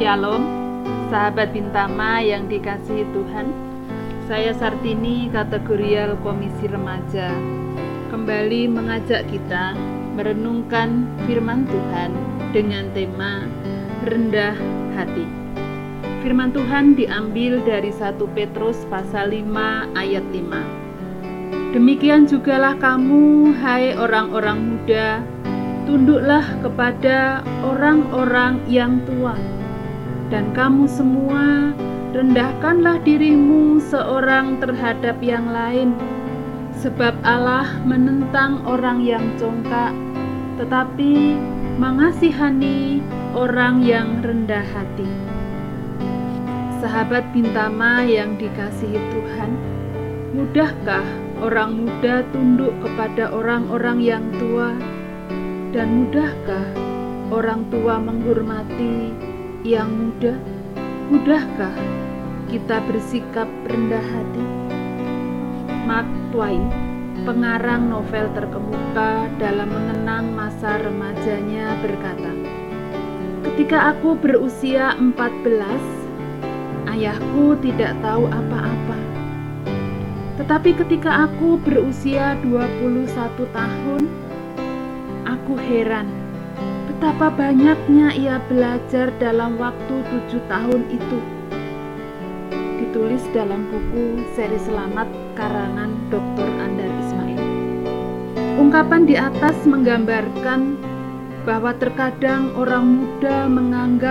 Shalom, sahabat Bintama yang dikasihi Tuhan. Saya Sartini, kategorial Komisi Remaja, kembali mengajak kita merenungkan firman Tuhan dengan tema rendah hati. Firman Tuhan diambil dari 1 Petrus pasal 5 ayat 5. Demikian jugalah kamu, hai orang-orang muda, tunduklah kepada orang-orang yang tua, dan kamu semua rendahkanlah dirimu seorang terhadap yang lain, sebab Allah menentang orang yang congkak, tetapi mengasihani orang yang rendah hati. Sahabat Bintama yang dikasihi Tuhan, mudahkah orang muda tunduk kepada orang-orang yang tua? Dan mudahkah orang tua menghormati yang muda? Mudahkah kita bersikap rendah hati? Mark Twain, pengarang novel terkemuka dalam mengenang masa remajanya, berkata, "Ketika aku berusia 14, ayahku tidak tahu apa-apa. Tetapi ketika aku berusia 21 tahun, aku heran betapa banyaknya ia belajar dalam waktu 7 tahun itu." Ditulis dalam buku Seri Selamat karangan Dr. Andar Ismail. Ungkapan di atas menggambarkan bahwa terkadang orang muda menganggap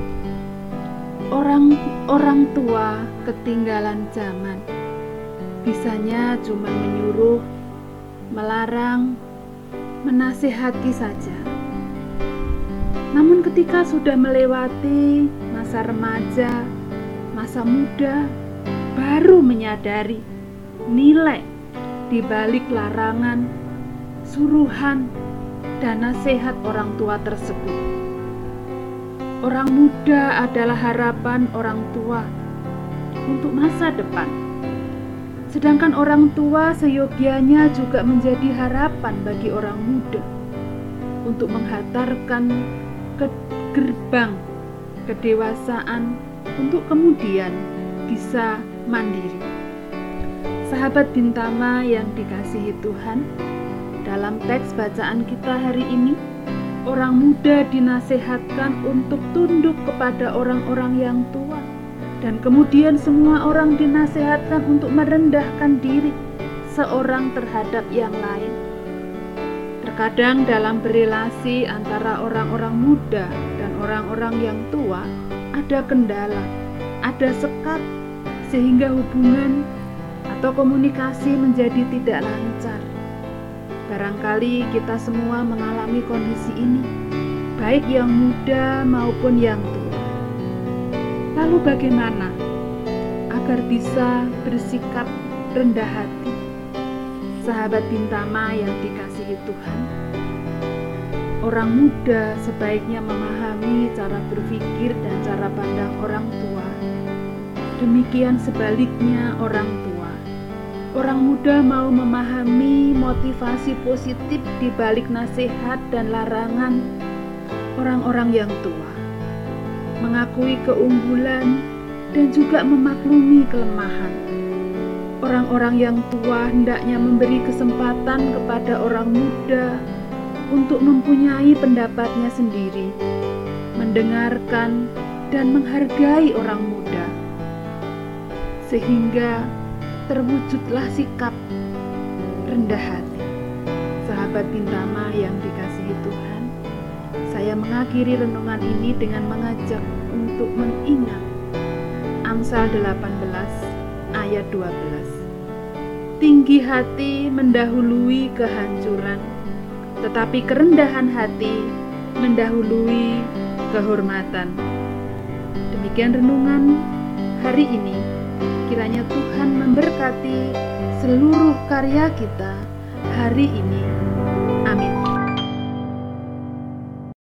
orang tua ketinggalan zaman. Bisanya cuma menyuruh, melarang, menasihati saja. Namun ketika sudah melewati masa remaja, masa muda, baru menyadari nilai di balik larangan, suruhan, dan nasihat orang tua tersebut. Orang muda adalah harapan orang tua untuk masa depan. Sedangkan orang tua seyogianya juga menjadi harapan bagi orang muda untuk menghantarkan ke gerbang kedewasaan untuk kemudian bisa mandiri. Sahabat Bintama yang dikasihi Tuhan, dalam teks bacaan kita hari ini, orang muda dinasihatkan untuk tunduk kepada orang-orang yang tua. Dan kemudian semua orang dinasihatkan untuk merendahkan diri seorang terhadap yang lain. Terkadang dalam berelasi antara orang-orang muda dan orang-orang yang tua ada kendala, ada sekat, sehingga hubungan atau komunikasi menjadi tidak lancar. Barangkali kita semua mengalami kondisi ini, baik yang muda maupun yang tua. Lalu bagaimana agar bisa bersikap rendah hati? Sahabat Bintama yang dikasihi Tuhan, orang muda sebaiknya memahami cara berpikir dan cara pandang orang tua. Demikian sebaliknya orang tua. Orang muda mau memahami motivasi positif di balik nasihat dan larangan orang-orang yang tua, mengakui keunggulan dan juga memaklumi kelemahan. Orang-orang yang tua hendaknya memberi kesempatan kepada orang muda untuk mempunyai pendapatnya sendiri, mendengarkan dan menghargai orang muda, sehingga terwujudlah sikap rendah hati. Sahabat Bintama yang dikasihi Tuhan, saya mengakhiri renungan ini dengan mengajak untuk mengingat Amsal 18 ayat 12. Tinggi hati mendahului kehancuran, tetapi kerendahan hati mendahului kehormatan. Demikian renungan hari ini. Kiranya Tuhan memberkati seluruh karya kita hari ini. Amin.